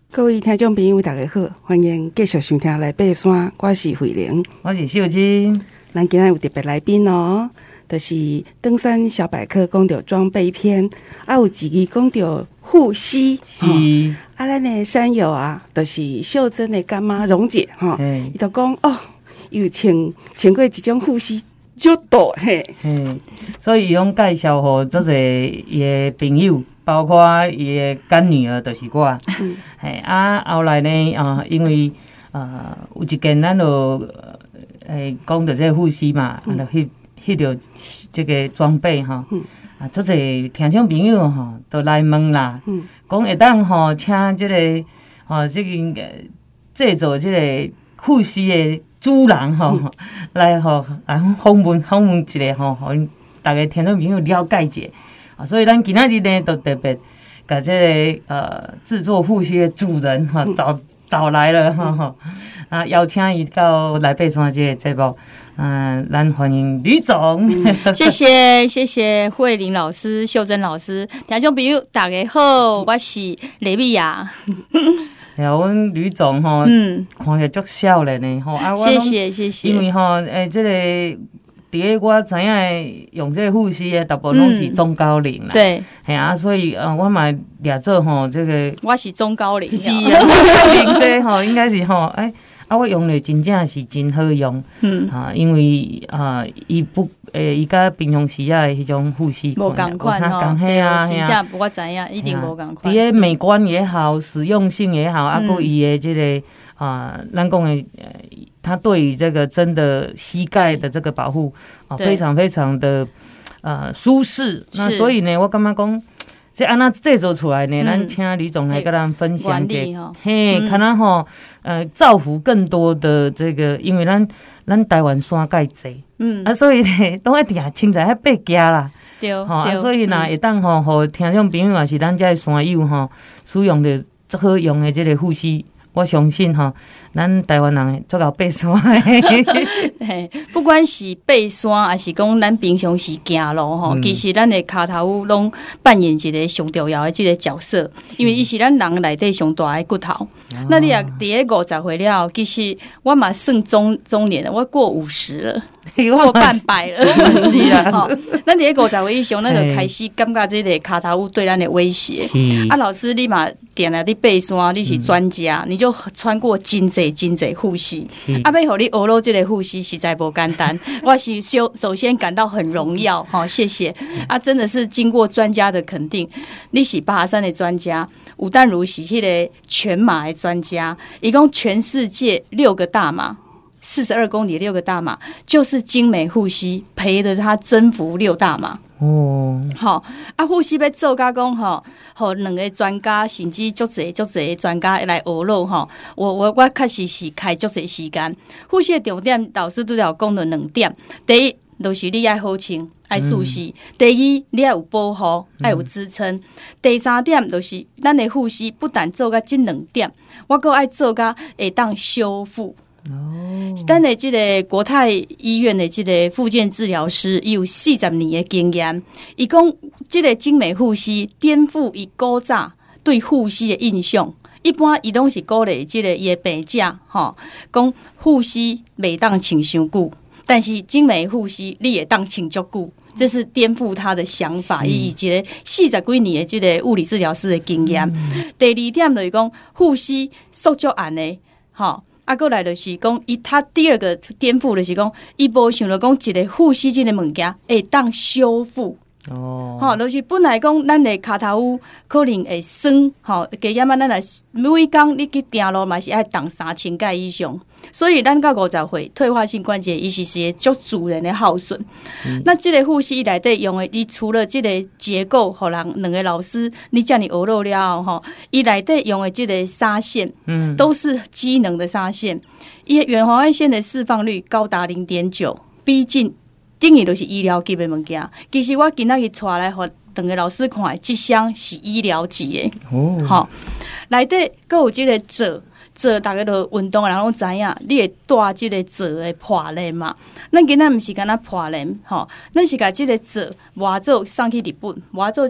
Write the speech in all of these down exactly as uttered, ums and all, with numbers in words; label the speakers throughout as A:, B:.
A: 各位听众朋友大家好，欢迎继续收听来爬山，我是慧玲，
B: 我是秀金。
A: 咱今天有特别来宾哦，就是登山小百科讲到装备篇，啊有一集讲到护膝，
B: 是、
A: 哦、啊咱的山友啊，就是秀珍的干妈蓉姐哈，伊就讲哦，有穿穿过一种护膝足大嘿，
B: 嘿，所以伊拢介绍互做者伊的朋友。包括伊的干女儿就是我，嗯、嘿啊，后来呢，啊，因为呃有一件咱就诶讲到这个护膝嘛，嗯、啊，就翕翕到这个装备哈，嗯、啊，做者听众朋友吼都来问啦，讲、嗯、会当吼请这个吼这个制作这个护膝的主人吼、嗯、来吼来访问访问一下吼，互大家听众朋友了解一下。所以咱今仔日呢，都特别把这个呃制作护膝的主人哈、哦、找找来了哈哈、嗯、啊，邀请伊到来爬山这个节目，嗯、呃，咱欢迎吕总，
C: 嗯、谢谢谢谢慧玲老师、秀珍老师，听众朋友大家好，我是雷米亚。
B: 哎呀，阮吕总吼，嗯，看起来足少年呢吼，啊，
C: 谢谢谢谢，
B: 因为吼，诶、欸，这个。伫个我知影的用这个护膝的，大部分拢是中高龄啦。
C: 对，
B: 系啊，所以呃，我嘛掠做吼这个。
C: 我是中高龄。
B: 是啊，中高龄这吼应该是吼，哎，啊，我用的真正是真好用。嗯。啊，因为啊，伊不诶，伊甲平常时啊迄种护膝
C: 无共款吼，对啊，真正不我知影，一定无共款。
B: 伫个美观也好，实用性也好，啊，佮伊的这个啊，咱讲的。它对于这个真的膝盖的这个保护啊，非常非常的呃舒适。那所以呢，我感觉讲这安那制作出来呢，咱、嗯、请李总来跟咱分享一下，嘿，嗯、看咱吼呃造福更多的这个，因为咱咱台湾山介济，嗯啊，所以呢，都一定凊彩迄八家啦。
C: 对，
B: 吼、啊，所以若会当吼，互听众朋友也是咱这山友吼，使用着最好用的这个护膝。我相信哈，咱台湾人做到爬山
C: 嘿，不管是爬山还是讲咱平常时行路吼，嗯、其实咱的骹头拢扮演一个上重要的这个角色，因为伊是咱人内底上大的骨头。嗯、那你也伫个五十岁了，其实我嘛算中中年了，我过五十了。过半百了，是啊。好，咱伫个五十岁以上，咱就开始感觉这个骹头对咱的威胁。啊，老师，你嘛点了你爬山，你是专家，嗯、你就穿过真济真济护膝。啊，要互你学到这个护膝，实在不简单。我是首首先感到很荣耀，好，谢谢。啊，真的是经过专家的肯定，你是爬山的专家，吴淡如是迄个全马的专家，一共全世界六个大马。四十二公里六个大马，就是精美护膝陪着他征服六大马。哦，好啊，护膝要做加工吼，和两个专家甚至足侪足侪专家来学路吼。我我我确实是开足侪时间。护膝的重点，老师都要讲到两点：第一，就是你爱好穿，爱舒适；嗯、第二，你爱有保护，爱有支撑；嗯、第三点，就是咱的护膝不但做甲这两点，我阁爱做甲会当修复。哦，咱的这个国泰医院的这个复健治疗师，伊有四十年的经验。伊讲这个精美护膝颠覆伊古早对护膝的印象。一般伊拢是鼓励这个伊的病者，吼，讲护膝袂当穿伤久，但是精美护膝你会当穿足久。这是颠覆他的想法，伊以及四十几年的这个物理治疗师的经验。嗯、第二点就是讲护膝塑足案的，吼。啊，过来就是讲，伊他第二个颠覆就是讲，伊无想到讲一个护膝这个物件会当修复。哦，吼，就是本来讲咱的骹头可能会酸，吼，加减啊，咱来每工你去行路嘛是爱动三千届以上，所以咱到五十岁退化性关节伊是是足主人的耗损。嗯、那这个护膝内底用的，伊除了这个结构，互人两个老师你叫你学到了吼，伊内底用的这个纱线，嗯，都是机能的纱线，伊远红外线的释放率高达零点九，逼近。等于就是医疗级的物件。其实我今仔日带来互两个老师看，这箱是医疗级的。哦，好，内底还有这个座座，大家都运动的人拢知影，你会带这个座的破链嘛？咱今仔不是干那破链，吼，咱是把这个座挖走送去日本，挖走这个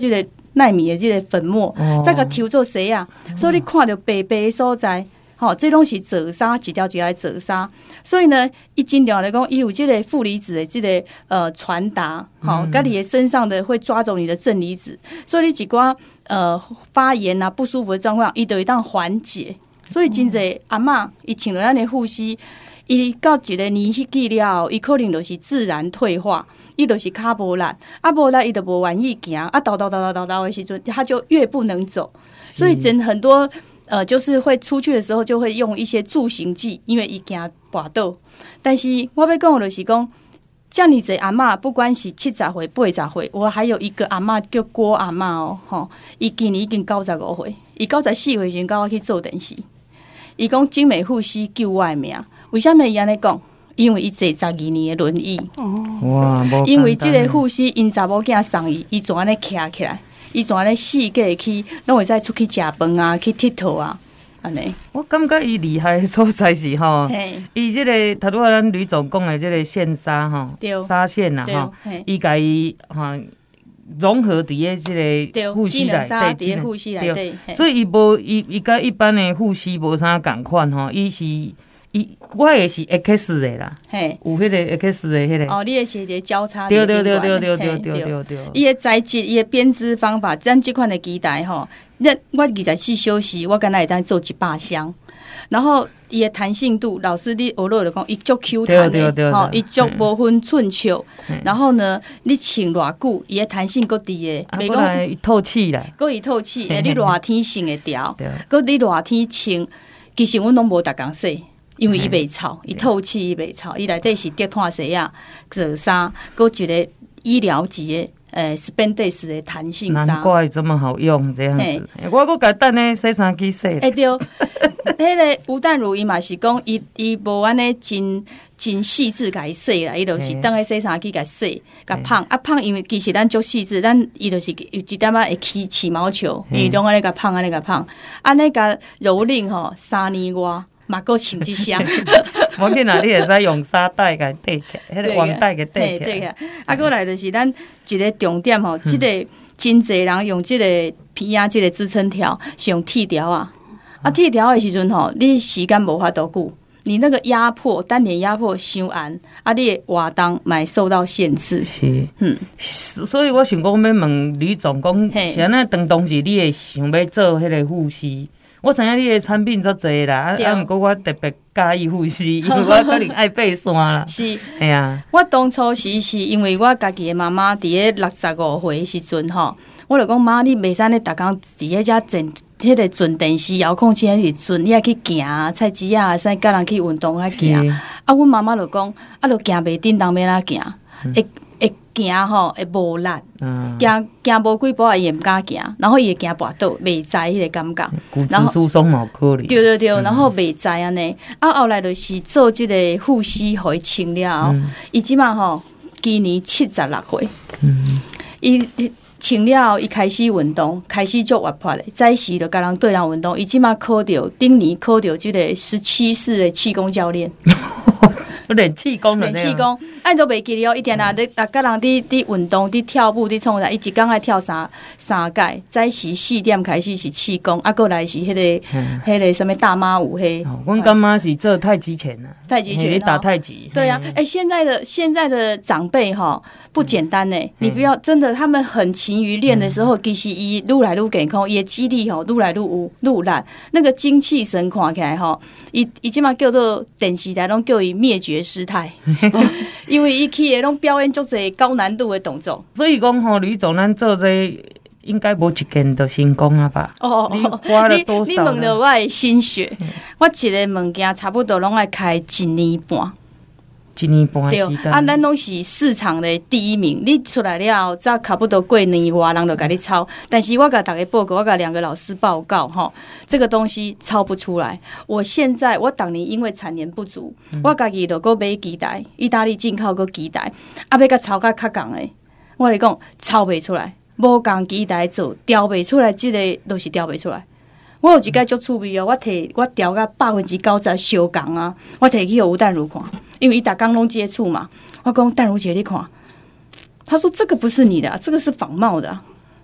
C: 奈米的这个粉末，
B: 哦、
C: 再甲调做谁啊？哦、所以你看到白白的所在，吼、哦，这拢是泽沙，一条一条的泽沙。所以呢，伊真重要来讲，伊有这个负离子的这个呃传达，好、哦，跟、嗯、你的身上的会抓走你的正离子，所以你几寡呃发炎啊不舒服的状况，伊就会当缓解。所以真侪阿嬷伊请了咱的护膝，伊到一个年纪了，伊可能就是自然退化。伊就是骹无力，啊无力伊就无愿意行，啊倒倒倒倒倒倒的时阵，他就越不能走。所以真很多呃，就是会出去的时候就会用一些助行剂，因为伊惊跋倒。但是我要讲的就是讲，这么侪阿嬷，不管是七十岁、八十岁，我还有一个阿嬷叫郭阿嬷哦，吼，伊今年已經九十五歲，伊九十四歲時甲我去做電視，伊講景美護士救我的命，為什麼伊安尼講？因為伊坐十二年的輪椅，
B: 哇！
C: 因為這個護士因查某囝送伊，伊怎安尼徛起來，伊怎安尼四界去，攏會使出去食飯啊，去佚佗啊，安尼。
B: 我感覺伊厲害的所在是吼，伊這個頭拄仔咱呂總講的這個線紗吼，紗線啦吼，伊甲伊吼融合佇個這個護士內底，
C: 護士內底，
B: 所以伊無伊伊甲一般的護士無啥共款吼，伊是。伊我的是 X 的啦，有迄個 X 的迄個。
C: 哦，你的是一個交叉
B: 對對對對對對對對對。
C: 伊的材質、伊的編織方法，咱這款的機台吼，那我二十四小時，我敢若會當做一百箱。然後伊的彈性度，老師你學落就講，伊足 Q 彈的，吼，伊足無分寸笑。然後呢，你穿偌久，伊的彈性夠低的，
B: 袂講透氣啦，
C: 夠伊透氣，誒，你熱天穿會調，夠你熱天穿，其實阮攏無逐工洗。因為伊袂臭，伊透氣伊袂臭，伊內底是竹炭絲啊、澤紗，佮一個醫療級的呃 spandex 的彈性紗。
B: 難怪這麼好用，這樣子。我佮甲等呢洗衫機洗。誒
C: 對，迄個吳淡如伊嘛是講，伊伊無安尼真真細緻甲伊洗啦，伊就是等個洗衫機甲洗，甲燙啊燙，因為其實咱足細緻，咱伊就是有一點仔會起起毛球，伊攏安尼甲燙，安尼甲燙，安尼甲蹂躪吼三年外。嘛，夠穿一箱。
B: 我見啊，你會使用沙袋給帶起來，迄個網袋給帶起來。
C: 對啊，啊，過來就是咱一個重點吼，即、嗯、個真濟人用即個皮啊，即個支撐條是用鐵條啊。啊，鐵條的時陣吼，你時間無法度久，你那個壓迫單點壓迫傷暗，啊，你的活動嘛會受到限制。
B: 是，嗯，所以我想講要問呂總講，是安那當當時你會想要做迄個護士？我知影你的產品足濟啦，啊，毋過我特別介意護士，因為我可能愛爬山啦。是，哎呀，
C: 我當初時是因為我家己的媽媽佇個六十五歲時陣吼，我就講媽，你袂使咧逐工佇個遮轉迄個轉電視遙控器迄個轉，你愛去行菜市啊，使甲人去運動啊行。啊，阮媽媽就講，啊，就行袂叮當要哪行，會會行吼會無力。行行無幾步啊，伊毋敢行，然後伊會驚跋倒，袂知迄個感覺。
B: 骨質疏鬆嘛可能。
C: 對對對，然後袂知安尼，啊後來就是做即個護膝，互伊清了。伊即馬吼，今年七十六歲。伊清了，伊開始運動，開始做活潑的。早時就甲人對人運動，伊即馬考到頂年考到即個十七式的氣功教練。
B: 練氣功，
C: 練氣功，按都袂記哩哦。一天啊，你啊，甲人佇佇運動、佇跳舞、佇創啥，伊一工愛跳三三屆。早時四點開始是氣功，啊，過來是迄個迄個什麼大媽舞迄。
B: 阮乾媽是做太極拳啊，
C: 太極拳
B: 打太極。
C: 對啊，哎，現在的現在的長輩哈不簡單呢。你不要真的，他們很勤於練的時候，其實伊愈來愈健康，伊的肌力吼愈來愈有愈力，那個精氣神看起來吼，伊伊即馬叫做電視台攏叫伊滅絕師太，因為伊去誒攏表演足儕高難度誒動作。
B: 所以講吼，呂總咱做這應該無一件就成功啊吧？
C: 哦，
B: 你花了多少？
C: 你你問到我誒心血，嗯、我一個物件差不多攏愛開一年半。
B: 一年半的時間。
C: 對啊，咱攏是市場的第一名。你出來了，早差不多過年外，人就給你抄。但是我給大家報告，我給兩個老師報告，哈，這個東西抄不出來。我現在我當年因為產能不足，嗯、我家己就過買機台，意大利進口個機台，啊，要甲抄甲較共的，我嚟講抄不出來，無共機台做，調不出來，這個都是調不出來。我有一個足趣味哦，我摕我調甲百分之九十相共啊，我摕去給吳淡如看。因為伊逐工攏接觸嘛，我講淡如姐你看，他說這個不是你的、啊，這個是仿冒的、啊。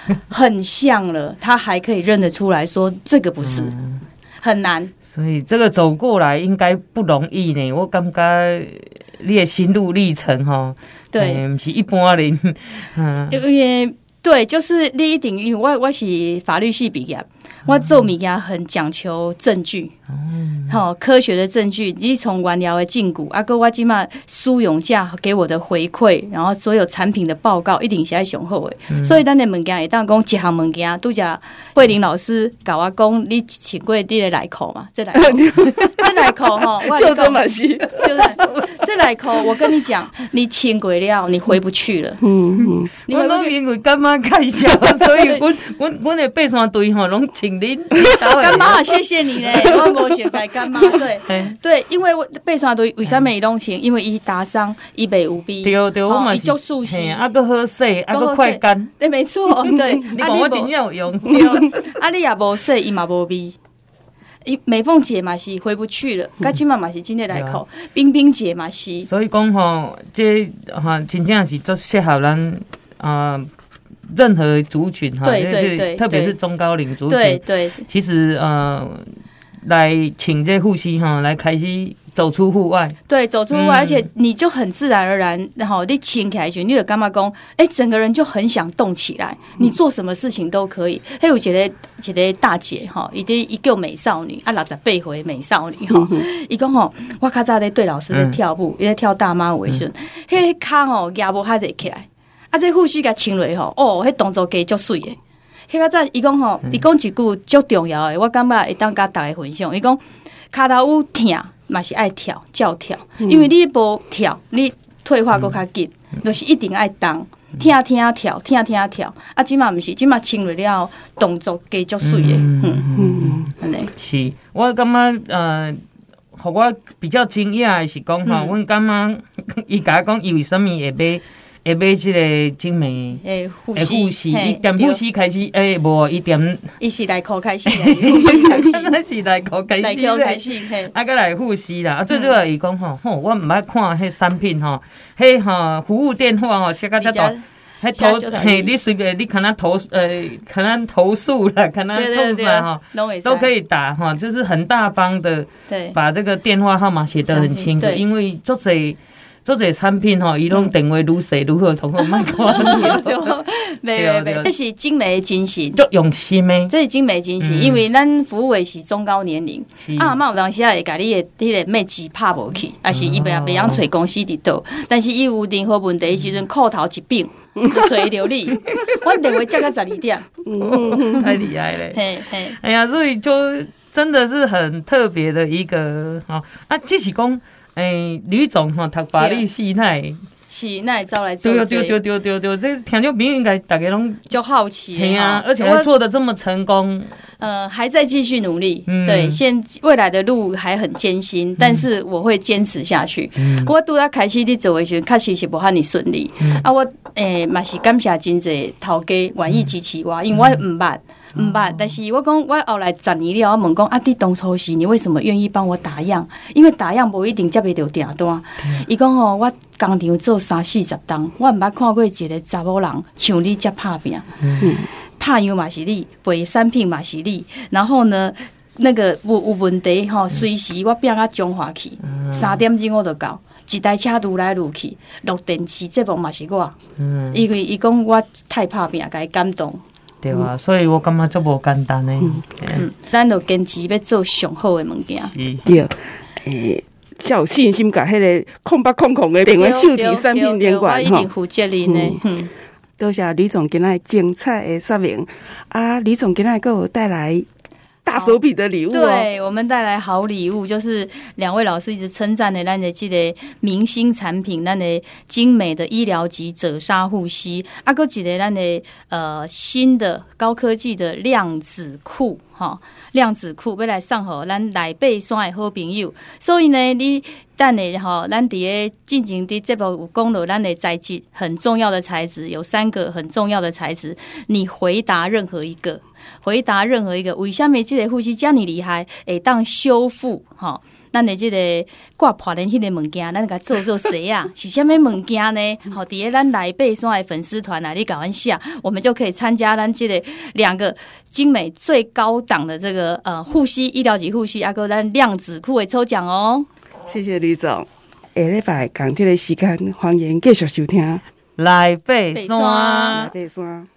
C: 很像了，他还可以认得出来说这个不是，嗯、很难。
B: 所以这个走过来应该不容易呢。我感觉你的心路历程哈，
C: 对，
B: 不、欸、是一般人。嗯，
C: 因为对，就是你一定，因为我我是法律系毕业。我做物件很讲求证据，好、嗯、科学的证据。你从原料的进股，啊，个我今嘛使用者给我的回馈，然后所有产品的报告一定是爱上好的。嗯、所以咱的物件会当讲一项物件，拄则慧玲老师教我讲，你请过你的内裤嘛？这内裤，这内裤吼，我
A: 就这么细，
C: 就是这内裤。我跟你讲，你请过了，你回不去了。嗯
B: 嗯，你我都因为干妈介绍，所以我我我的爬山队吼拢请。
C: 干妈，谢谢你嘞！我无学在干妈，对对，因为我爬山队为什么伊拢请？因为伊打伤，伊袂有味，
B: 对对，我嘛
C: 是，伊足舒适，
B: 啊个好洗，啊个快干，
C: 对，没错，对。
B: 你讲我真正有用，
C: 对，啊你也无洗，伊嘛无味。伊美凤姐嘛是回不去了，噶起码嘛是今天来考，冰冰姐嘛是。
B: 所以讲吼，这哈真正是足适合咱啊。任何族群哈，
C: 对对对，
B: 特别是中高龄族群，
C: 对对，
B: 其实呃，来请这护膝哈，来开始走出户外，
C: 对，走出户外，嗯、而且你就很自然而然，然后你请起来去，你就干嘛讲，哎，整个人就很想动起来，你做什么事情都可以。还有一个一个大姐哈，伊啲伊叫美少女啊，六十八岁美少女哈，伊讲吼，我较早咧对老师咧跳舞，伊咧、嗯、跳大妈舞的时阵，迄骹吼压无遐侪起来。啊！这护膝甲穿落吼，哦，迄动作加足水诶。迄个早伊讲吼，伊讲一句足重要诶，我感觉会当甲大家分享。伊讲骹头舞疼嘛是爱跳，照跳，因为你无跳，你退化搁较紧，就是一定爱动，听听跳，听听跳。啊，即嘛毋是，即嘛穿落了动作加足水诶。嗯嗯，安尼
B: 是我感觉呃。互我比较惊讶的是讲吼，阮感觉伊甲我讲，伊为什么会买？会买即个精美
C: 诶护
B: 膝，伊点护膝开始诶，无伊点，
C: 伊是内裤开始，护膝开始，
B: 那是内裤开始，
C: 内裤开始，嘿，
B: 啊，个来护膝啦。啊，最主要伊讲吼，吼，我毋捌看迄产品吼，迄吼服务电话吼写甲遮大，迄投嘿，你随便你看他投呃，看他投诉了，看他冲啥哈，都可以打哈，就是很大方的，对，把这个电话号码写得很清楚，因为做这。做这产品吼，伊拢定位愈细愈好，从头卖看。
C: 没没没，这是精美精神，
B: 足用心的。
C: 这是精美精神，因为咱服务的是中高年龄，啊，嘛有当时也会甲你的迄个妹子拍无去，还是伊袂袂晓找公司伫倒，但是伊有任何问题时阵，裤头一柄就找着你，我电话接到十二点，
B: 太厉害了。嘿嘿，哎呀，所以就真的是很特别的一个哈啊，这是讲。诶，吕总吼读法律系，那
C: 是那会走来做
B: 对对对对对对，这听众朋友应该大家拢
C: 就好奇，
B: 对啊，而且还做得这么成功，
C: 呃，还在继续努力，嗯、对，现未来的路还很艰辛，嗯、但是我会坚持下去。嗯、我拄仔开始伫做的时候，确实是无遐尼顺利，嗯、啊，我诶嘛是感谢真侪头家愿意支持我，因为我毋捌。唔捌，但是我讲我后来十年了，我问讲啊，你当初是你为什么愿意帮我打样？因为打样无一定接袂到订单。伊讲吼，我工厂做三四十档，我毋捌看过一个查某人像你遮拍拼，嗯、拍样嘛是你，卖产品嘛是你，然后呢，那个有有问题吼，随时我变啊中华去，嗯、三点钟我就到。一台车愈来愈去，录电视节目嘛是我，嗯、因为伊讲我太拍拼，甲伊感动。
B: 对啊，所以我感觉足无简单诶。
C: 嗯，咱就坚持要做上好诶物件。
A: 对，诶，较有信心，甲迄个空白空空诶电话秀体产品连贯，
C: 我一定负责任诶。嗯，
A: 多谢吕总今仔精彩诶说明啊！吕总今仔给我带来大手笔的礼物、哦，
C: 对我们带来好礼物，就是两位老师一直称赞的咱的这个明星产品，咱的精美的医疗级褶纱护膝，啊，搁一个咱的呃新的高科技的量子裤，哈，量子裤要来送互咱来爬山的好朋友，所以呢，你等下哈，咱伫个进行的节目有讲到咱的材质很重要的材质，有三个很重要的材质，你回答任何一个。 回答任何一个为什么这个呼吸这么厉害，会当修复哈。咱的这个挂破的迄个物件，咱甲做做谁啊？是啥物物件呢？好，伫个咱来爬山的粉丝团啊，你搞完下，我们就可以参加咱这个两个精美最高档的这个呃护膝医疗级护膝，啊个咱量子裤的抽奖哦。
A: 谢谢吕总，下礼拜共这个时间，欢迎继续收听
B: 来爬山，
A: 来爬山。